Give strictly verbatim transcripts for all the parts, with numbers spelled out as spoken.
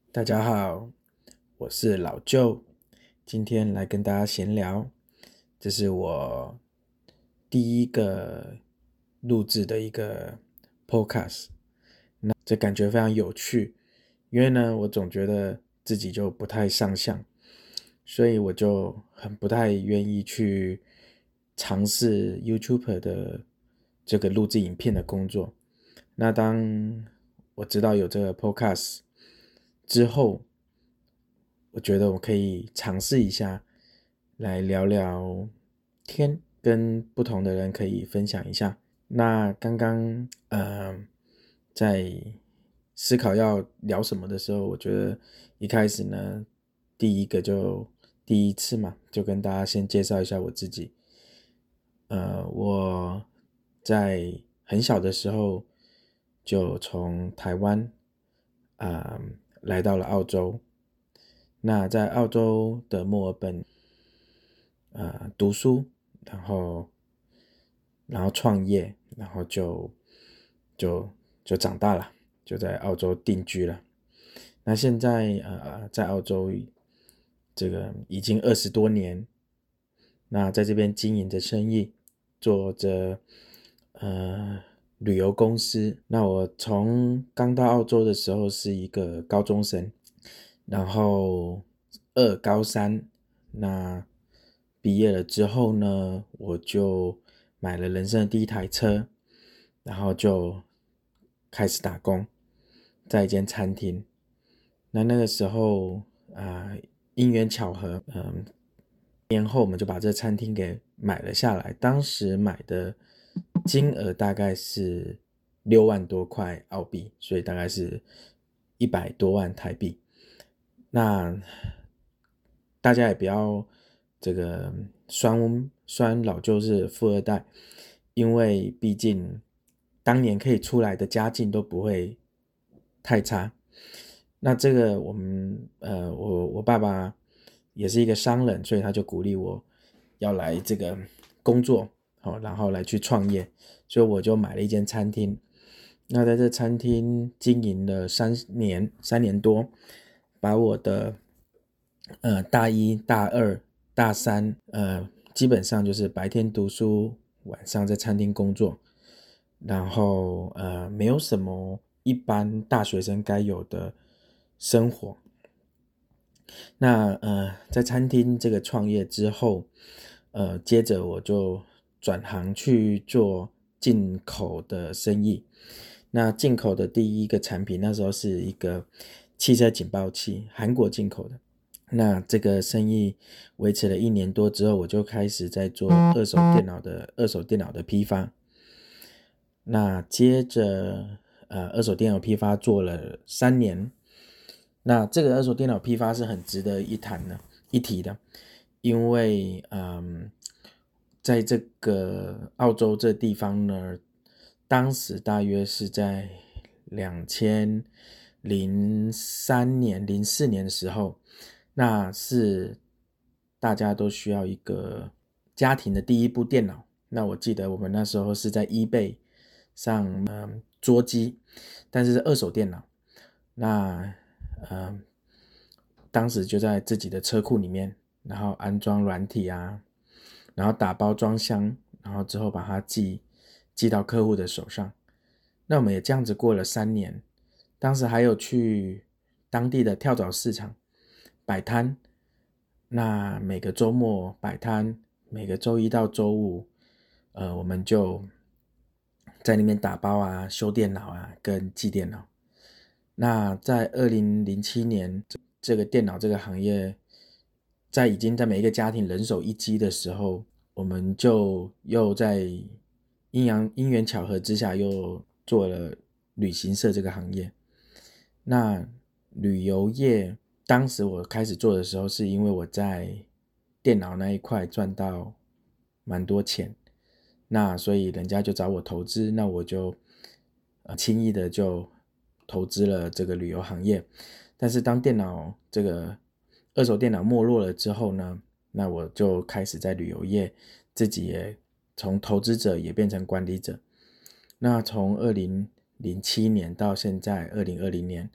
大家好，我是老舅，今天来跟大家闲聊。这是我第一个录制的一个 podcast，那这感觉非常有趣，因为呢，我总觉得自己就不太上相，所以我就很不太愿意去尝试 YouTuber 的这个录制影片的工作。那当我知道有这个 podcast 之后，我觉得我可以尝试一下，来聊聊天，跟不同的人可以分享一下。那刚刚呃在思考要聊什么的时候，我觉得一开始呢，第一个就第一次嘛，就跟大家先介绍一下我自己。呃，我在很小的时候就从台湾啊、呃来到了澳洲。那在澳洲的墨尔本呃读书，然后然后创业，然后就就就长大了，就在澳洲定居了。那现在呃在澳洲这个已经二十多年，那在这边经营着生意，做着呃旅游公司。那我从刚到澳洲的时候是一个高中生，然后二高三，那毕业了之后呢，我就买了人生的第一台车，然后就开始打工，在一间餐厅。那那个时候啊、呃因缘巧合，嗯、年后我们就把这餐厅给买了下来。当时买的金额大概是六万多块澳币，所以大概是一百多万台币。那大家也不要这个酸酸老舅是富二代，因为毕竟当年可以出来的家境都不会太差。那这个我们呃，我我爸爸也是一个商人，所以他就鼓励我要来这个工作，好、哦，然后来去创业，所以我就买了一间餐厅。那在这餐厅经营了三年，三年多，把我的呃大一、大二、大三，呃，基本上就是白天读书，晚上在餐厅工作，然后呃，没有什么一般大学生该有的生活。那呃，在餐厅这个创业之后，呃，接着我就转行去做进口的生意。那进口的第一个产品，那时候是一个汽车警报器，韩国进口的。那这个生意维持了一年多之后，我就开始在做二手电脑的二手电脑的批发。那接着，呃，二手电脑批发做了三年。那这个二手电脑批发是很值得一谈的一提的，因为嗯，在这个澳洲这地方呢，当时大约是在两千零三年、零四年的时候，那是大家都需要一个家庭的第一部电脑。那我记得我们那时候是在 eBay 上嗯捉机，但是是二手电脑。那呃，当时就在自己的车库里面，然后安装软体啊，然后打包装箱，然后之后把它寄寄到客户的手上。那我们也这样子过了三年，当时还有去当地的跳蚤市场摆摊，那每个周末摆摊，每个周一到周五，呃，我们就在那边打包啊、修电脑啊、跟寄电脑。那在二零零七年，这个电脑这个行业，在已经在每一个家庭人手一机的时候，我们就又在阴阳因缘巧合之下，又做了旅行社这个行业。那旅游业，当时我开始做的时候，是因为我在电脑那一块赚到蛮多钱，那所以人家就找我投资，那我就呃轻易的就投资了这个旅游行业。但是当电脑这个二手电脑没落了之后呢，那我就开始在旅游业自己也从投资者也变成管理者。那从二零零七年到现在二零二零年，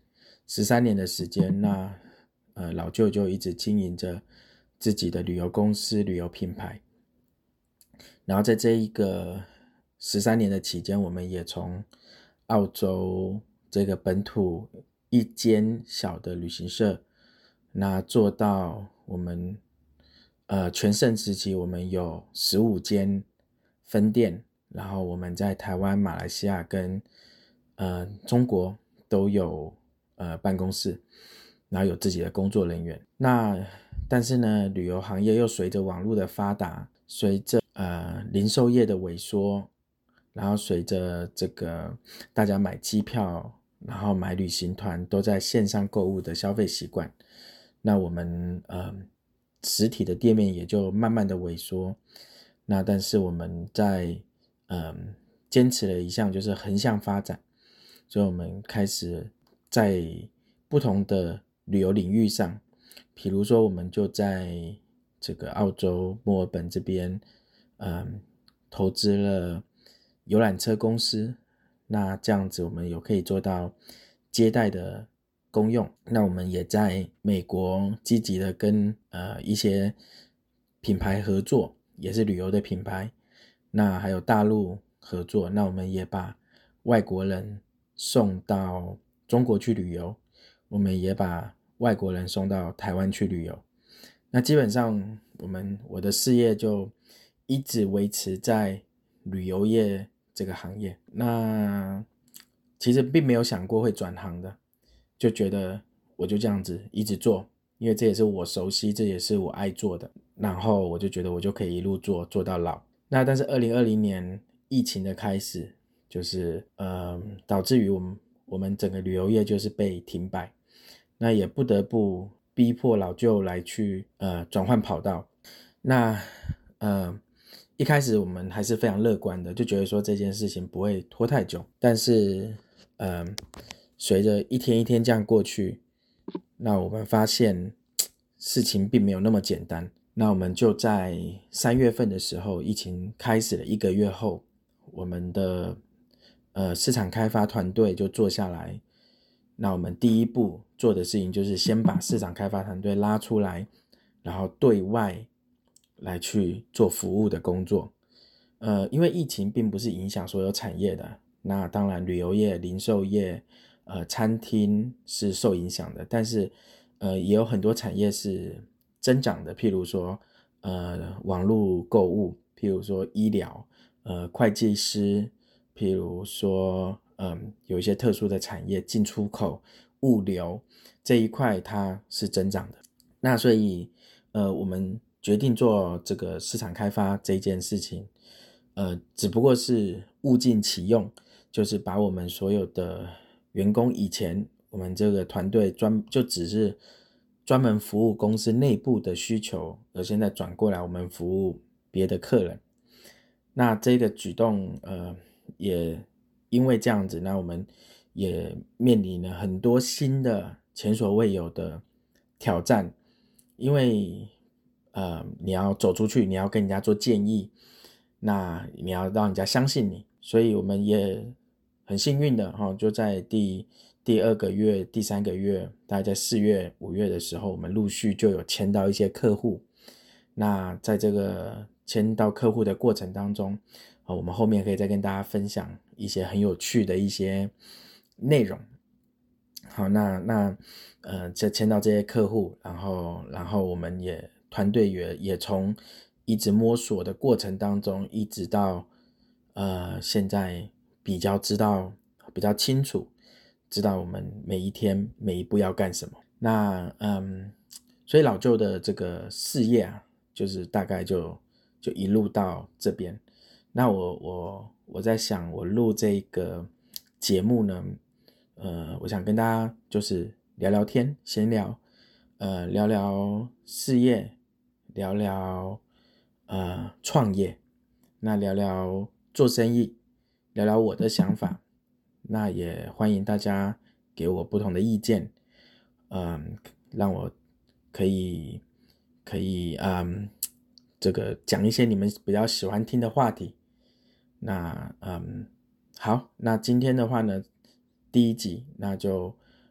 十三年的时间，那呃老舅就一直经营着自己的旅游公司、旅游品牌。然后在这一个十三年的期间，我们也从澳洲这个本土一间小的旅行社，那做到我们呃全盛时期，我们有十五间分店，然后我们在台湾、马来西亚跟呃中国都有呃办公室，然后有自己的工作人员。那但是呢，旅游行业又随着网络的发达，随着呃零售业的萎缩，然后随着这个大家买机票，然后买旅行团都在线上购物的消费习惯，那我们呃实体的店面也就慢慢的萎缩。那但是我们在呃坚持了一项就是横向发展，所以我们开始在不同的旅游领域上，比如说我们就在这个澳洲墨尔本这边嗯，投资了游览车公司，那这样子我们有可以做到接待的功用。那我们也在美国积极的跟呃一些品牌合作，也是旅游的品牌，那还有大陆合作，那我们也把外国人送到中国去旅游，我们也把外国人送到台湾去旅游。那基本上我们我的事业就一直维持在旅游业这个行业。那其实并没有想过会转行的，就觉得我就这样子一直做，因为这也是我熟悉，这也是我爱做的，然后我就觉得我就可以一路做做到老。那但是二零二零年疫情的开始，就是呃导致于我们我们整个旅游业就是被停摆，那也不得不逼迫老舅来去呃转换跑道。那呃一开始我们还是非常乐观的，就觉得说这件事情不会拖太久。但是呃随着一天一天这样过去，那我们发现事情并没有那么简单。那我们就在三月份的时候，疫情开始了一个月后，我们的呃市场开发团队就坐下来。那我们第一步做的事情就是先把市场开发团队拉出来，然后对外来去做服务的工作。呃，因为疫情并不是影响所有产业的，那当然旅游业、零售业、呃餐厅是受影响的，但是呃也有很多产业是增长的，譬如说呃网络购物，譬如说医疗，呃会计师，譬如说嗯有一些特殊的产业，进出口、物流这一块它是增长的。那所以呃我们决定做这个市场开发这件事情，呃只不过是物尽其用，就是把我们所有的员工，以前我们这个团队专就只是专门服务公司内部的需求，而现在转过来我们服务别的客人。那这个举动呃也因为这样子，那我们也面临了很多新的前所未有的挑战。因为呃你要走出去，你要跟人家做建议，那你要让人家相信你，所以我们也很幸运的、哦、就在第第二个月、第三个月，大概在四月、五月的时候，我们陆续就有签到一些客户。那在这个签到客户的过程当中，我们后面可以再跟大家分享一些很有趣的一些内容。好，那那呃，这签到这些客户，然后然后我们也团队也也从一直摸索的过程当中，一直到呃现在比较知道比较清楚，知道我们每一天每一步要干什么。那嗯，所以老舅的这个事业啊，就是大概就就一路到这边。那我我我在想，我录这个节目呢，呃，我想跟大家就是聊聊天，闲聊，呃，聊聊事业，聊聊呃创业，那聊聊做生意，聊聊我的想法。那也欢迎大家给我不同的意见，嗯，让我可以可以嗯这个讲一些你们比较喜欢听的话题。那嗯好，那今天的话呢，第一集那就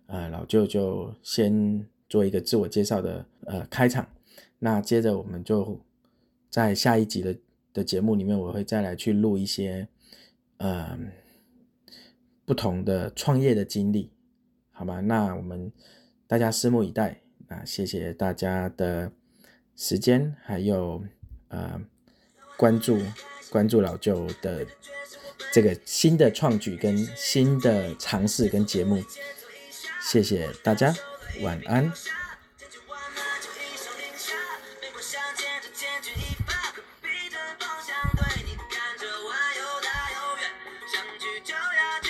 呃，老舅就先做一个自我介绍的呃开场，那接着我们就在下一集的的节目里面，我会再来去录一些呃不同的创业的经历，好吗？那我们大家拭目以待。那谢谢大家的时间，还有呃关注关注老舅的这个新的创举跟新的尝试跟节目，谢谢大家，晚安。